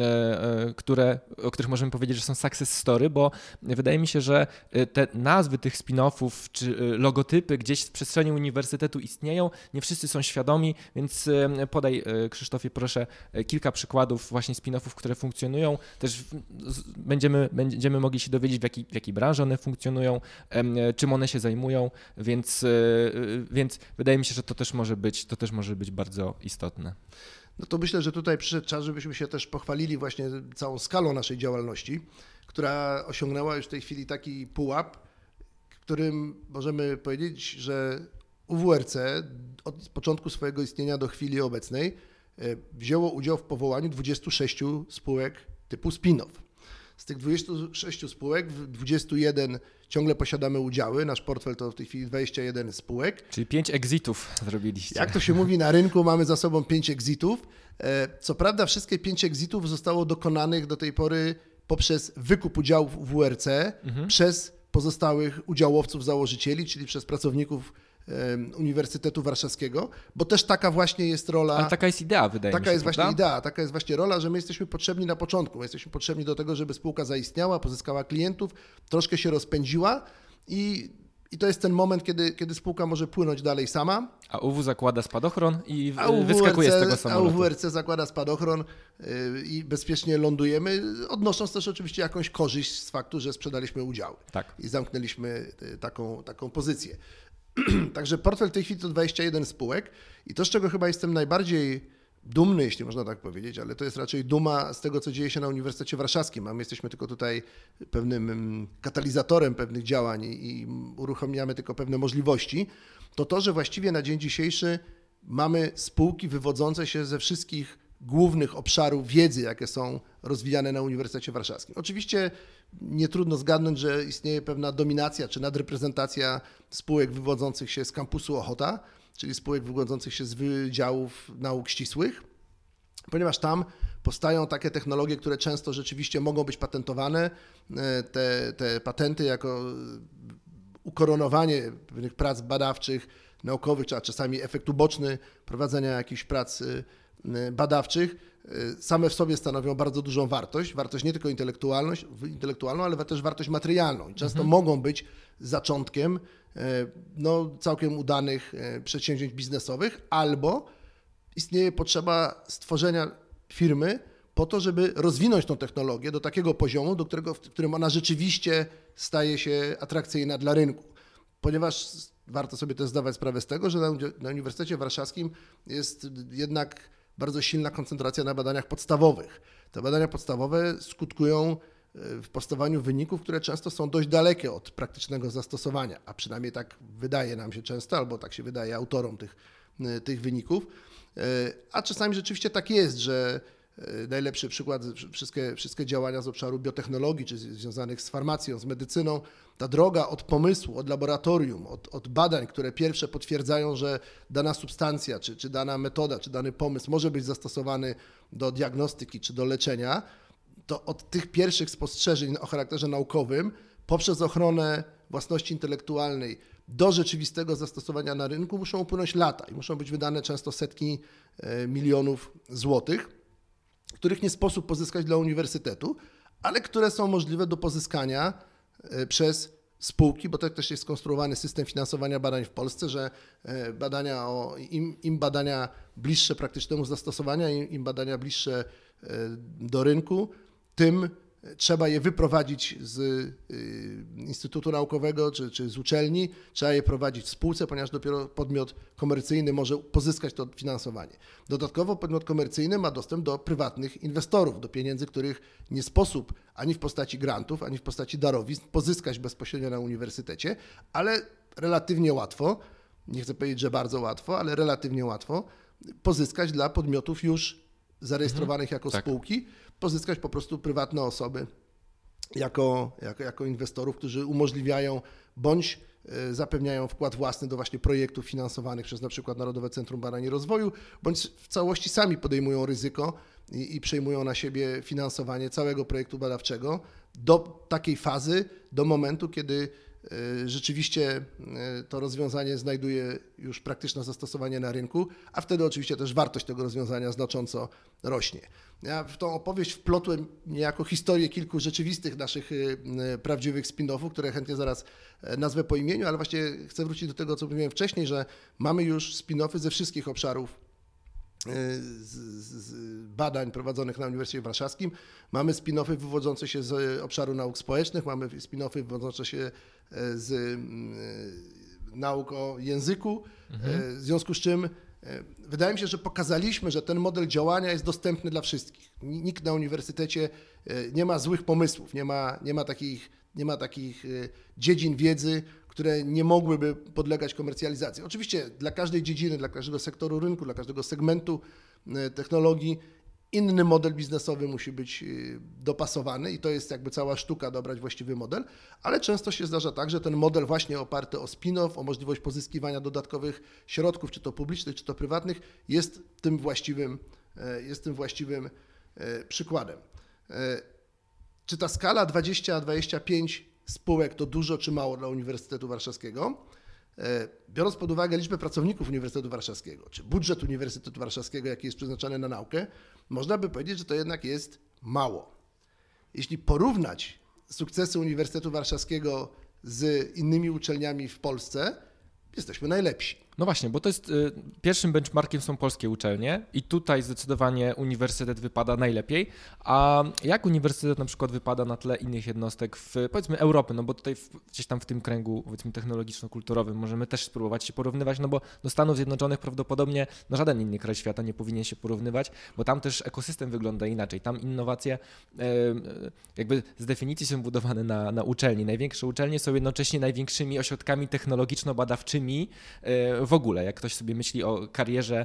które, o których możemy powiedzieć, że są success story, bo wydaje mi się, że te nazwy tych spin-offów czy logotypy gdzieś w przestrzeni uniwersytetu istnieją, nie wszyscy są świadomi, więc podaj, Krzysztofie, proszę kilka przykładów właśnie spin-offów, które funkcjonują. Też będziemy, będziemy mogli się dowiedzieć, w jakiej, w jakiej branży one funkcjonują, czym one się zajmują, więc, więc wydaje mi się, że to też może być, to też może być bardzo istotne. No to myślę, że tutaj przyszedł czas, żebyśmy się też pochwalili właśnie całą skalą naszej działalności, która osiągnęła już w tej chwili taki pułap, w którym możemy powiedzieć, że U W R C od początku swojego istnienia do chwili obecnej wzięło udział w powołaniu dwudziestu sześciu spółek typu spin-off. Z tych dwudziestu sześciu spółek w dwudziestu jeden ciągle posiadamy udziały. Nasz portfel to w tej chwili dwadzieścia jeden spółek. Czyli pięć exitów zrobiliście. Jak to się mówi na rynku, mamy za sobą pięć exitów. Co prawda wszystkie pięć exitów zostało dokonanych do tej pory poprzez wykup udziałów U W R C mhm. przez pozostałych udziałowców, założycieli, czyli przez pracowników Uniwersytetu Warszawskiego, bo też taka właśnie jest rola... Ale taka jest idea, wydaje taka mi się, jest prawda? właśnie idea, taka jest właśnie rola, że my jesteśmy potrzebni na początku, my jesteśmy potrzebni do tego, żeby spółka zaistniała, pozyskała klientów, troszkę się rozpędziła i, i to jest ten moment, kiedy, kiedy spółka może płynąć dalej sama. A U W zakłada spadochron i a wyskakuje z tego samolotu. A U W R C zakłada spadochron i bezpiecznie lądujemy, odnosząc też oczywiście jakąś korzyść z faktu, że sprzedaliśmy udziały tak. i zamknęliśmy taką, taką pozycję. Także portfel w tej chwili to dwadzieścia jeden spółek i to, z czego chyba jestem najbardziej dumny, jeśli można tak powiedzieć, ale to jest raczej duma z tego, co dzieje się na Uniwersytecie Warszawskim, a my jesteśmy tylko tutaj pewnym katalizatorem pewnych działań i uruchamiamy tylko pewne możliwości, to to, że właściwie na dzień dzisiejszy mamy spółki wywodzące się ze wszystkich głównych obszarów wiedzy, jakie są rozwijane na Uniwersytecie Warszawskim. Oczywiście nie trudno zgadnąć, że istnieje pewna dominacja czy nadreprezentacja spółek wywodzących się z kampusu Ochota, czyli spółek wywodzących się z Wydziałów Nauk Ścisłych, ponieważ tam powstają takie technologie, które często rzeczywiście mogą być patentowane. Te, te patenty jako ukoronowanie pewnych prac badawczych, naukowych, czy a czasami efekt uboczny prowadzenia jakichś prac badawczych same w sobie stanowią bardzo dużą wartość, wartość nie tylko intelektualną, intelektualną, ale też wartość materialną. I często mhm. mogą być zaczątkiem no, całkiem udanych przedsięwzięć biznesowych, albo istnieje potrzeba stworzenia firmy po to, żeby rozwinąć tą technologię do takiego poziomu, do którego, w którym ona rzeczywiście staje się atrakcyjna dla rynku. Ponieważ warto sobie też zdawać sprawę z tego, że na, na Uniwersytecie Warszawskim jest jednak bardzo silna koncentracja na badaniach podstawowych. Te badania podstawowe skutkują w powstawaniu wyników, które często są dość dalekie od praktycznego zastosowania, a przynajmniej tak wydaje nam się często, albo tak się wydaje autorom tych, tych wyników. A czasami rzeczywiście tak jest, że najlepszy przykład, wszystkie, wszystkie działania z obszaru biotechnologii, czy związanych z farmacją, z medycyną, ta droga od pomysłu, od laboratorium, od, od badań, które pierwsze potwierdzają, że dana substancja, czy, czy dana metoda, czy dany pomysł może być zastosowany do diagnostyki, czy do leczenia, to od tych pierwszych spostrzeżeń o charakterze naukowym, poprzez ochronę własności intelektualnej do rzeczywistego zastosowania na rynku muszą upłynąć lata i muszą być wydane często setki milionów złotych, których nie sposób pozyskać dla uniwersytetu, ale które są możliwe do pozyskania przez spółki, bo tak też jest skonstruowany system finansowania badań w Polsce, że badania o, im, im badania bliższe praktycznemu zastosowaniu, im, im badania bliższe do rynku, tym trzeba je wyprowadzić z instytutu naukowego czy, czy z uczelni, trzeba je prowadzić w spółce, ponieważ dopiero podmiot komercyjny może pozyskać to finansowanie. Dodatkowo podmiot komercyjny ma dostęp do prywatnych inwestorów, do pieniędzy, których nie sposób ani w postaci grantów, ani w postaci darowizn pozyskać bezpośrednio na uniwersytecie, ale relatywnie łatwo, nie chcę powiedzieć, że bardzo łatwo, ale relatywnie łatwo pozyskać dla podmiotów już zarejestrowanych mhm, jako tak. spółki, pozyskać po prostu prywatne osoby jako, jako, jako inwestorów, którzy umożliwiają bądź zapewniają wkład własny do właśnie projektów finansowanych przez na przykład Narodowe Centrum Badań i Rozwoju, bądź w całości sami podejmują ryzyko i, i przejmują na siebie finansowanie całego projektu badawczego do takiej fazy, do momentu, kiedy rzeczywiście to rozwiązanie znajduje już praktyczne zastosowanie na rynku, a wtedy oczywiście też wartość tego rozwiązania znacząco rośnie. Ja w tą opowieść wplotłem niejako historię kilku rzeczywistych naszych prawdziwych spin-offów, które chętnie zaraz nazwę po imieniu, ale właśnie chcę wrócić do tego, co mówiłem wcześniej, że mamy już spin-offy ze wszystkich obszarów Z, z badań prowadzonych na Uniwersytecie Warszawskim. Mamy spin-offy wywodzące się z obszaru nauk społecznych, mamy spin-offy wywodzące się z nauk o języku, mhm. w związku z czym wydaje mi się, że pokazaliśmy, że ten model działania jest dostępny dla wszystkich. Nikt na uniwersytecie nie ma złych pomysłów, nie ma, nie ma takich, nie ma takich dziedzin wiedzy, które nie mogłyby podlegać komercjalizacji. Oczywiście dla każdej dziedziny, dla każdego sektoru rynku, dla każdego segmentu technologii inny model biznesowy musi być dopasowany i to jest jakby cała sztuka dobrać właściwy model, ale często się zdarza tak, że ten model właśnie oparty o spin-off, o możliwość pozyskiwania dodatkowych środków, czy to publicznych, czy to prywatnych, jest tym właściwym, jest tym właściwym przykładem. Czy ta skala dwadzieścia dwadzieścia pięć spółek to dużo czy mało dla Uniwersytetu Warszawskiego? Biorąc pod uwagę liczbę pracowników Uniwersytetu Warszawskiego, czy budżet Uniwersytetu Warszawskiego, jaki jest przeznaczony na naukę, można by powiedzieć, że to jednak jest mało. Jeśli porównać sukcesy Uniwersytetu Warszawskiego z innymi uczelniami w Polsce, jesteśmy najlepsi. No właśnie, bo to jest y, pierwszym benchmarkiem są polskie uczelnie i tutaj zdecydowanie uniwersytet wypada najlepiej, a jak uniwersytet na przykład wypada na tle innych jednostek w, powiedzmy, Europy, no bo tutaj w, gdzieś tam w tym kręgu, powiedzmy, technologiczno-kulturowym możemy też spróbować się porównywać, no bo do Stanów Zjednoczonych prawdopodobnie no żaden inny kraj świata nie powinien się porównywać, bo tam też ekosystem wygląda inaczej, tam innowacje y, jakby z definicji są budowane na, na uczelni. Największe uczelnie są jednocześnie największymi ośrodkami technologiczno-badawczymi y, w ogóle. Jak ktoś sobie myśli o karierze,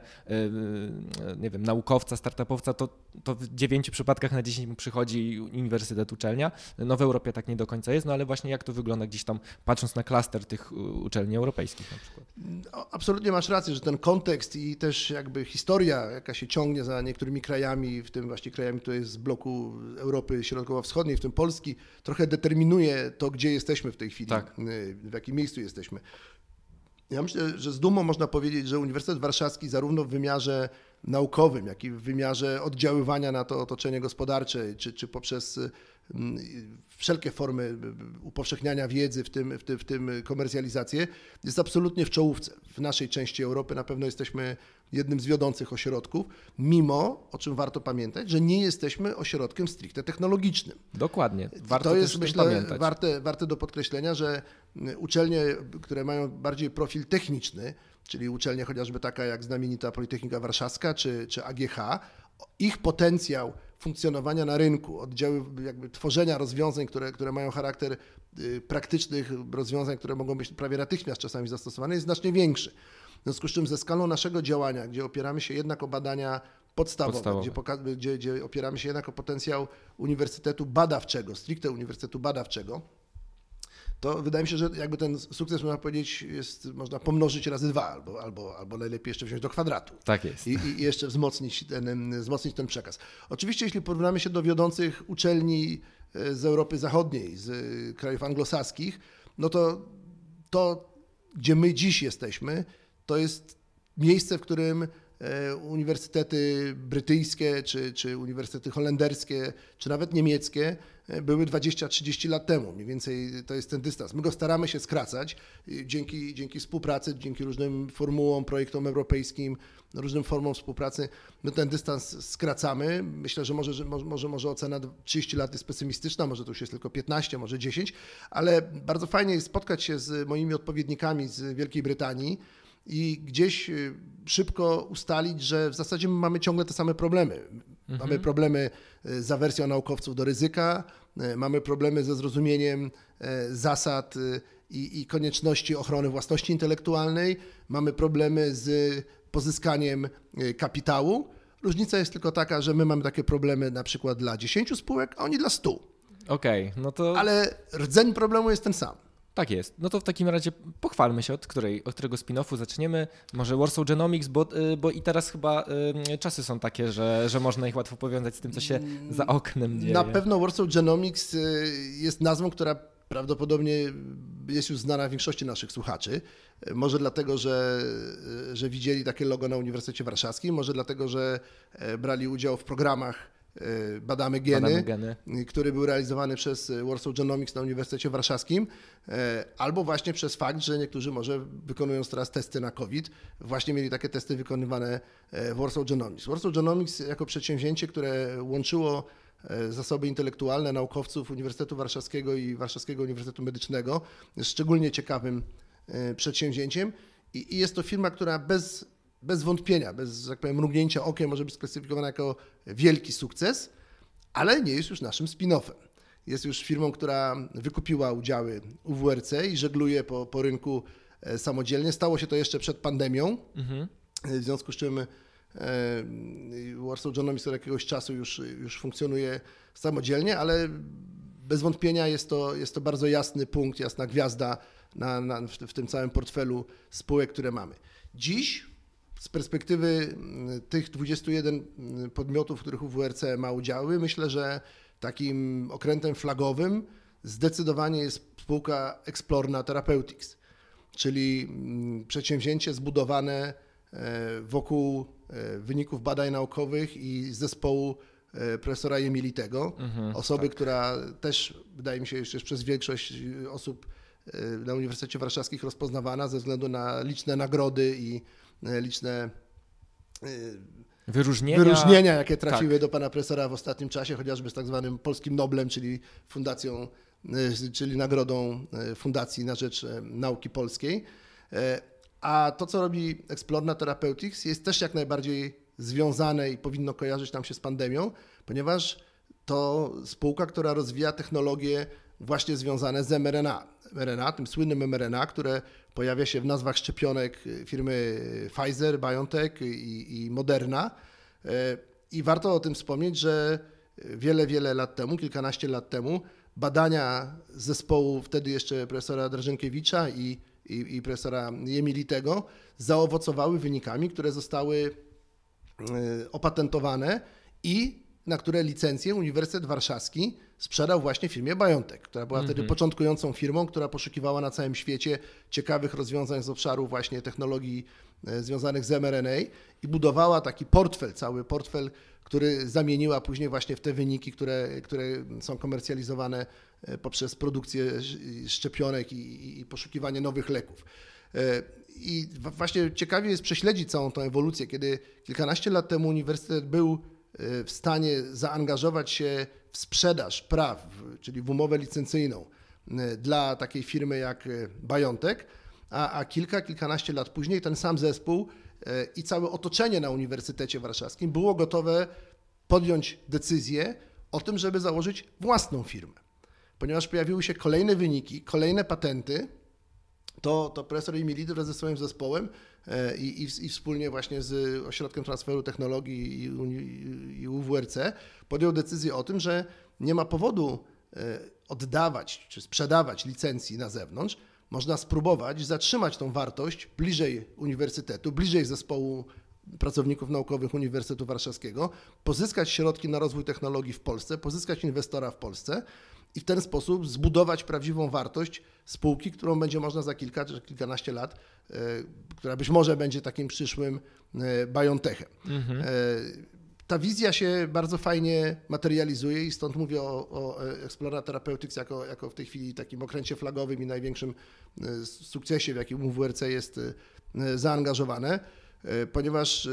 nie wiem, naukowca, startupowca, to, to w dziewięciu przypadkach na dziesięć mu przychodzi uniwersytet, uczelnia. No w Europie tak nie do końca jest, no ale właśnie jak to wygląda gdzieś tam, patrząc na klaster tych uczelni europejskich na przykład. Absolutnie masz rację, że ten kontekst i też jakby historia, jaka się ciągnie za niektórymi krajami, w tym właśnie krajami, które jest z bloku Europy Środkowo-Wschodniej, w tym Polski, trochę determinuje to, gdzie jesteśmy w tej chwili, tak. w jakim miejscu jesteśmy. Ja myślę, że z dumą można powiedzieć, że Uniwersytet Warszawski zarówno w wymiarze naukowym, jak i w wymiarze oddziaływania na to otoczenie gospodarcze, czy, czy poprzez wszelkie formy upowszechniania wiedzy, w tym, w, tym, w tym komercjalizację, jest absolutnie w czołówce. W naszej części Europy na pewno jesteśmy jednym z wiodących ośrodków, mimo, o czym warto pamiętać, że nie jesteśmy ośrodkiem stricte technologicznym. Dokładnie. Warto to jest, też myślę, pamiętać. Warte, warte do podkreślenia, że uczelnie, które mają bardziej profil techniczny, czyli uczelnie chociażby taka jak znamienita Politechnika Warszawska czy, czy A G H, ich potencjał funkcjonowania na rynku, oddziały jakby tworzenia rozwiązań, które, które mają charakter y, praktycznych rozwiązań, które mogą być prawie natychmiast czasami zastosowane, jest znacznie większy. W związku z czym ze skalą naszego działania, gdzie opieramy się jednak o badania podstawowe, podstawowe. Gdzie, gdzie, gdzie opieramy się jednak o potencjał uniwersytetu badawczego, stricte uniwersytetu badawczego, to wydaje mi się, że jakby ten sukces, można powiedzieć, jest, można pomnożyć razy dwa, albo, albo, albo najlepiej jeszcze wziąć do kwadratu. Tak jest. I, i jeszcze wzmocnić ten, wzmocnić ten przekaz. Oczywiście, jeśli porównamy się do wiodących uczelni z Europy Zachodniej, z krajów anglosaskich, no to to, gdzie my dziś jesteśmy, to jest miejsce, w którym uniwersytety brytyjskie, czy, czy uniwersytety holenderskie, czy nawet niemieckie były dwadzieścia trzydzieści lat temu. Mniej więcej to jest ten dystans. My go staramy się skracać dzięki, dzięki współpracy, dzięki różnym formułom, projektom europejskim, różnym formom współpracy. My ten dystans skracamy. Myślę, że może, że może, może ocena trzydzieści lat jest pesymistyczna, może to już jest tylko piętnaście, może dziesięć, ale bardzo fajnie jest spotkać się z moimi odpowiednikami z Wielkiej Brytanii i gdzieś szybko ustalić, że w zasadzie my mamy ciągle te same problemy. Mhm. Mamy problemy z awersją naukowców do ryzyka, mamy problemy ze zrozumieniem zasad i, i konieczności ochrony własności intelektualnej, mamy problemy z pozyskaniem kapitału. Różnica jest tylko taka, że my mamy takie problemy na przykład dla dziesięciu spółek, a oni dla stu. Okej, okay, no to... Ale rdzeń problemu jest ten sam. Tak jest. No to w takim razie pochwalmy się, od, której, od którego spin-offu zaczniemy. Może Warsaw Genomics, bo, bo i teraz chyba y, czasy są takie, że, że można ich łatwo powiązać z tym, co się za oknem dzieje. Na pewno Warsaw Genomics jest nazwą, która prawdopodobnie jest już znana większości naszych słuchaczy. Może dlatego, że, że widzieli takie logo na Uniwersytecie Warszawskim, może dlatego, że brali udział w programach Badamy Geny, Badamy Geny, który był realizowany przez Warsaw Genomics na Uniwersytecie Warszawskim, albo właśnie przez fakt, że niektórzy może wykonując teraz testy na COVID, właśnie mieli takie testy wykonywane w Warsaw Genomics. Warsaw Genomics jako przedsięwzięcie, które łączyło zasoby intelektualne naukowców Uniwersytetu Warszawskiego i Warszawskiego Uniwersytetu Medycznego, jest szczególnie ciekawym przedsięwzięciem i jest to firma, która bez Bez wątpienia, bez, że tak powiem, mrugnięcia okiem może być sklasyfikowana jako wielki sukces, ale nie jest już naszym spin-offem. Jest już firmą, która wykupiła udziały U W R C i żegluje po, po rynku samodzielnie. Stało się to jeszcze przed pandemią, mhm. w związku z czym Warsaw Genomics od jakiegoś czasu już, już funkcjonuje samodzielnie, ale bez wątpienia jest to, jest to bardzo jasny punkt, jasna gwiazda na, na, w, w tym całym portfelu spółek, które mamy. Dziś z perspektywy tych dwudziestu jeden podmiotów, w których U W R C ma udziały, myślę, że takim okrętem flagowym zdecydowanie jest spółka Explorna Therapeutics, czyli przedsięwzięcie zbudowane wokół wyników badań naukowych i zespołu profesora Jemilitego, mhm, osoby, tak. która też, wydaje mi się, jeszcze przez większość osób na Uniwersytecie Warszawskim rozpoznawana ze względu na liczne nagrody i liczne wyróżnienia, wyróżnienia jakie trafiły tak. do pana profesora w ostatnim czasie, chociażby z tak zwanym Polskim Noblem, czyli fundacją, czyli nagrodą Fundacji na Rzecz Nauki Polskiej. A to, co robi Explorna Therapeutics, jest też jak najbardziej związane i powinno kojarzyć nam się z pandemią, ponieważ to spółka, która rozwija technologie właśnie związane z em er en a. em er en a, tym słynnym em er en a, które pojawia się w nazwach szczepionek firmy Pfizer, BioNTech i, i Moderna. I warto o tym wspomnieć, że wiele, wiele lat temu, kilkanaście lat temu, badania zespołu wtedy jeszcze profesora Drażenkiewicza i, i, i profesora Jemilitego zaowocowały wynikami, które zostały opatentowane i na które licencję Uniwersytet Warszawski sprzedał właśnie firmie BioNTech, która była mm-hmm. wtedy początkującą firmą, która poszukiwała na całym świecie ciekawych rozwiązań z obszaru właśnie technologii związanych z em er en a i budowała taki portfel, cały portfel, który zamieniła później właśnie w te wyniki, które, które są komercjalizowane poprzez produkcję szczepionek i, i poszukiwanie nowych leków. I właśnie ciekawie jest prześledzić całą tą ewolucję, kiedy kilkanaście lat temu uniwersytet był w stanie zaangażować się w sprzedaż praw, czyli w umowę licencyjną dla takiej firmy jak BioNTech, a, a kilka, kilkanaście lat później ten sam zespół i całe otoczenie na Uniwersytecie Warszawskim było gotowe podjąć decyzję o tym, żeby założyć własną firmę. Ponieważ pojawiły się kolejne wyniki, kolejne patenty, to, to profesor Jemility wraz ze swoim zespołem i, i, i wspólnie właśnie z Ośrodkiem Transferu Technologii i, i, i U W R C podjął decyzję o tym, że nie ma powodu oddawać czy sprzedawać licencji na zewnątrz. Można spróbować zatrzymać tą wartość bliżej uniwersytetu, bliżej zespołu pracowników naukowych Uniwersytetu Warszawskiego, pozyskać środki na rozwój technologii w Polsce, pozyskać inwestora w Polsce i w ten sposób zbudować prawdziwą wartość spółki, którą będzie można za kilka czy kilkanaście lat, która być może będzie takim przyszłym BioNTechem. Mhm. Ta wizja się bardzo fajnie materializuje i stąd mówię o, o Explora Therapeutics jako, jako w tej chwili takim okręcie flagowym i największym sukcesie, w jakim U W R C jest zaangażowane, ponieważ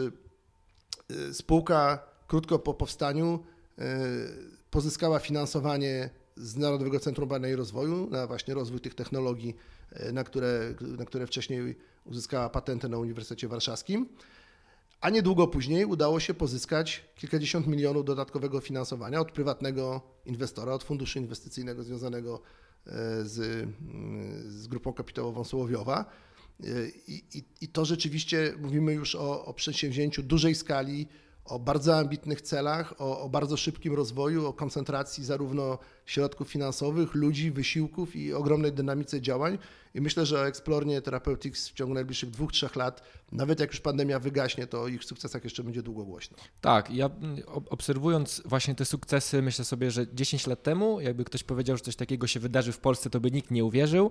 spółka krótko po powstaniu pozyskała finansowanie z Narodowego Centrum Badań i Rozwoju na właśnie rozwój tych technologii, na które, na które wcześniej uzyskała patenty na Uniwersytecie Warszawskim. A niedługo później udało się pozyskać kilkadziesiąt milionów dodatkowego finansowania od prywatnego inwestora, od funduszu inwestycyjnego związanego z, z grupą kapitałową Sołowiowa. I, i, i to rzeczywiście mówimy już o, o przedsięwzięciu dużej skali, o bardzo ambitnych celach, o, o bardzo szybkim rozwoju, o koncentracji zarówno środków finansowych, ludzi, wysiłków i ogromnej dynamice działań. I myślę, że o Explornie Therapeutics w ciągu najbliższych dwóch, trzech lat, nawet jak już pandemia wygaśnie, to o ich sukcesach jeszcze będzie długo głośno. Tak, ja obserwując właśnie te sukcesy, myślę sobie, że dziesięć lat temu, jakby ktoś powiedział, że coś takiego się wydarzy w Polsce, to by nikt nie uwierzył,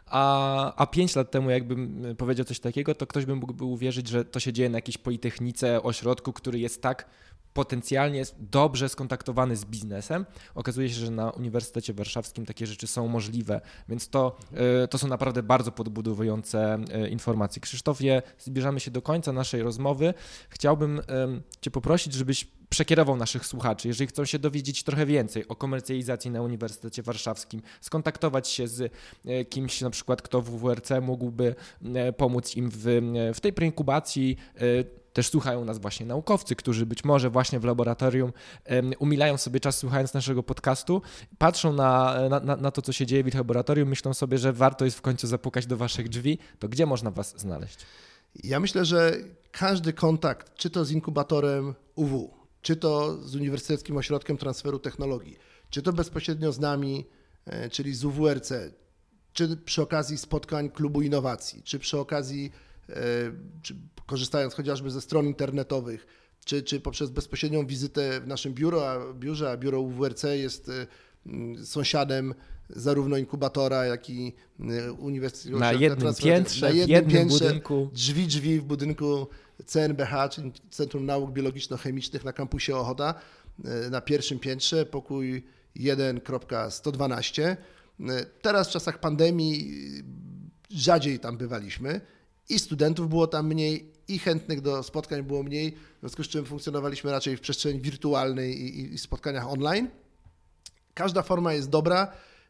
a, a pięć lat temu jakbym powiedział coś takiego, to ktoś by mógł uwierzyć, że to się dzieje na jakiejś politechnice, ośrodku, który jest tak potencjalnie jest dobrze skontaktowany z biznesem. Okazuje się, że na Uniwersytecie Warszawskim takie rzeczy są możliwe, więc to, to są naprawdę bardzo podbudowujące informacje. Krzysztofie, zbliżamy się do końca naszej rozmowy. Chciałbym Cię poprosić, żebyś przekierował naszych słuchaczy, jeżeli chcą się dowiedzieć trochę więcej o komercjalizacji na Uniwersytecie Warszawskim, skontaktować się z kimś na przykład, kto w W W R C mógłby pomóc im w, w tej preinkubacji. Też słuchają nas właśnie naukowcy, którzy być może właśnie w laboratorium umilają sobie czas słuchając naszego podcastu, patrzą na, na, na to, co się dzieje w ich laboratorium, myślą sobie, że warto jest w końcu zapukać do waszych drzwi. To gdzie można was znaleźć? Ja myślę, że każdy kontakt, czy to z inkubatorem U W, czy to z Uniwersyteckim Ośrodkiem Transferu Technologii, czy to bezpośrednio z nami, czyli z U W R C, czy przy okazji spotkań Klubu Innowacji, czy przy okazji czy korzystając chociażby ze stron internetowych, czy, czy poprzez bezpośrednią wizytę w naszym biuro, a biurze, a biuro U W R C jest sąsiadem zarówno inkubatora, jak i Uniwersytetu na jednym piętrze, na jednym w jednym piętrze, budynku. Drzwi, drzwi w budynku C N B H, czyli Centrum Nauk Biologiczno-Chemicznych na kampusie Ochota, na pierwszym piętrze, pokój jeden sto dwanaście. Teraz w czasach pandemii rzadziej tam bywaliśmy. I studentów było tam mniej, i chętnych do spotkań było mniej, w związku z czym funkcjonowaliśmy raczej w przestrzeni wirtualnej i, i spotkaniach online. Każda forma jest dobra.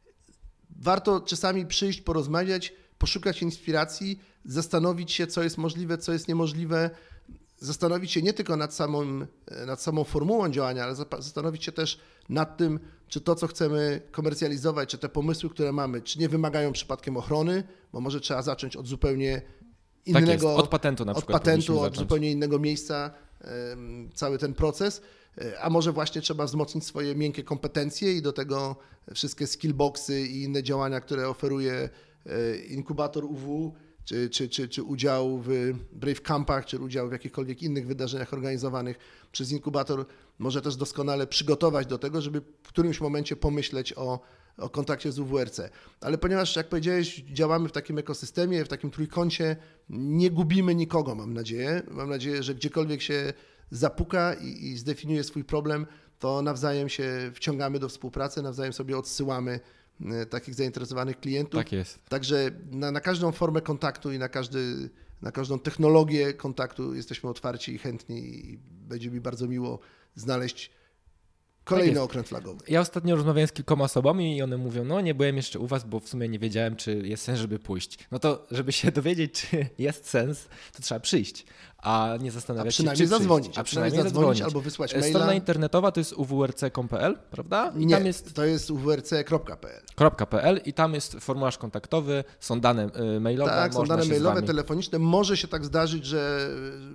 Warto czasami przyjść, porozmawiać, poszukać inspiracji, zastanowić się, co jest możliwe, co jest niemożliwe, zastanowić się nie tylko nad samą, nad samą formułą działania, ale zastanowić się też nad tym, czy to, co chcemy komercjalizować, czy te pomysły, które mamy, czy nie wymagają przypadkiem ochrony, bo może trzeba zacząć od zupełnie innego, tak jest. Od patentu na przykład. Od patentu, od zupełnie innego miejsca cały ten proces, a może właśnie trzeba wzmocnić swoje miękkie kompetencje i do tego wszystkie skillboxy i inne działania, które oferuje inkubator U W, czy, czy, czy, czy udział w Brave Campach, czy udział w jakichkolwiek innych wydarzeniach organizowanych przez inkubator, może też doskonale przygotować do tego, żeby w którymś momencie pomyśleć o o kontakcie z U W R C. Ale ponieważ, jak powiedziałeś, działamy w takim ekosystemie, w takim trójkącie, nie gubimy nikogo, mam nadzieję. Mam nadzieję, że gdziekolwiek się zapuka i, i zdefiniuje swój problem, to nawzajem się wciągamy do współpracy, nawzajem sobie odsyłamy takich zainteresowanych klientów. Tak jest. Także na, na każdą formę kontaktu i na, każdy, na każdą technologię kontaktu jesteśmy otwarci i chętni i będzie mi bardzo miło znaleźć kolejny tak okręt flagowy. Ja ostatnio rozmawiałem z kilkoma osobami i one mówią, no nie byłem jeszcze u was, bo w sumie nie wiedziałem, czy jest sens, żeby pójść. No to, żeby się dowiedzieć, czy jest sens, to trzeba przyjść, a nie zastanawiać a przynajmniej się, czy zadzwonić, przyjść. A przynajmniej zadzwonić albo wysłać maila. Strona internetowa to jest u w r c kropka p l, prawda? I nie, tam jest... to jest u w r c kropka p l. .pl i tam jest formularz kontaktowy, są dane mailowe. Tak, są dane mailowe, telefoniczne. Może się tak zdarzyć, że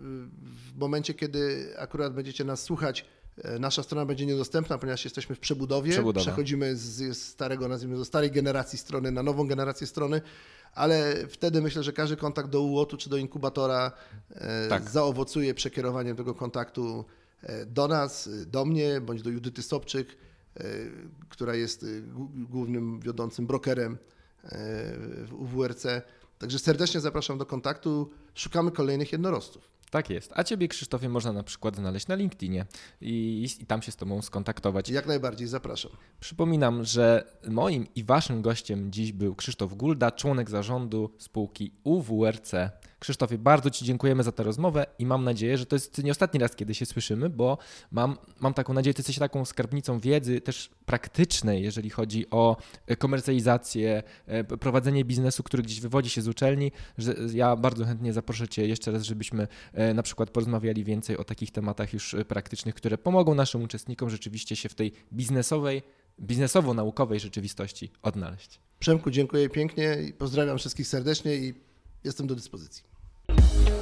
w momencie, kiedy akurat będziecie nas słuchać, nasza strona będzie niedostępna, ponieważ jesteśmy w przebudowie. Przebudowa. Przechodzimy z starego, nazwijmy to, starej generacji strony na nową generację strony, ale wtedy myślę, że każdy kontakt do U O T-u czy do inkubatora tak. zaowocuje przekierowaniem tego kontaktu do nas, do mnie, bądź do Judyty Sobczyk, która jest głównym wiodącym brokerem w U W R C. Także serdecznie zapraszam do kontaktu. Szukamy kolejnych jednorożców. Tak jest. A Ciebie, Krzysztofie, można na przykład znaleźć na LinkedInie i, i tam się z Tobą skontaktować. Jak najbardziej, zapraszam. Przypominam, że moim i Waszym gościem dziś był Krzysztof Gulda, członek zarządu spółki U W R C. Krzysztofie, bardzo Ci dziękujemy za tę rozmowę i mam nadzieję, że to jest nie ostatni raz, kiedy się słyszymy, bo mam, mam taką nadzieję, że Ty jesteś taką skarbnicą wiedzy też praktycznej, jeżeli chodzi o komercjalizację, prowadzenie biznesu, który gdzieś wywodzi się z uczelni, że ja bardzo chętnie zaproszę Cię jeszcze raz, żebyśmy na przykład porozmawiali więcej o takich tematach już praktycznych, które pomogą naszym uczestnikom rzeczywiście się w tej biznesowej, biznesowo-naukowej rzeczywistości odnaleźć. Przemku, dziękuję pięknie i pozdrawiam wszystkich serdecznie i jestem do dyspozycji.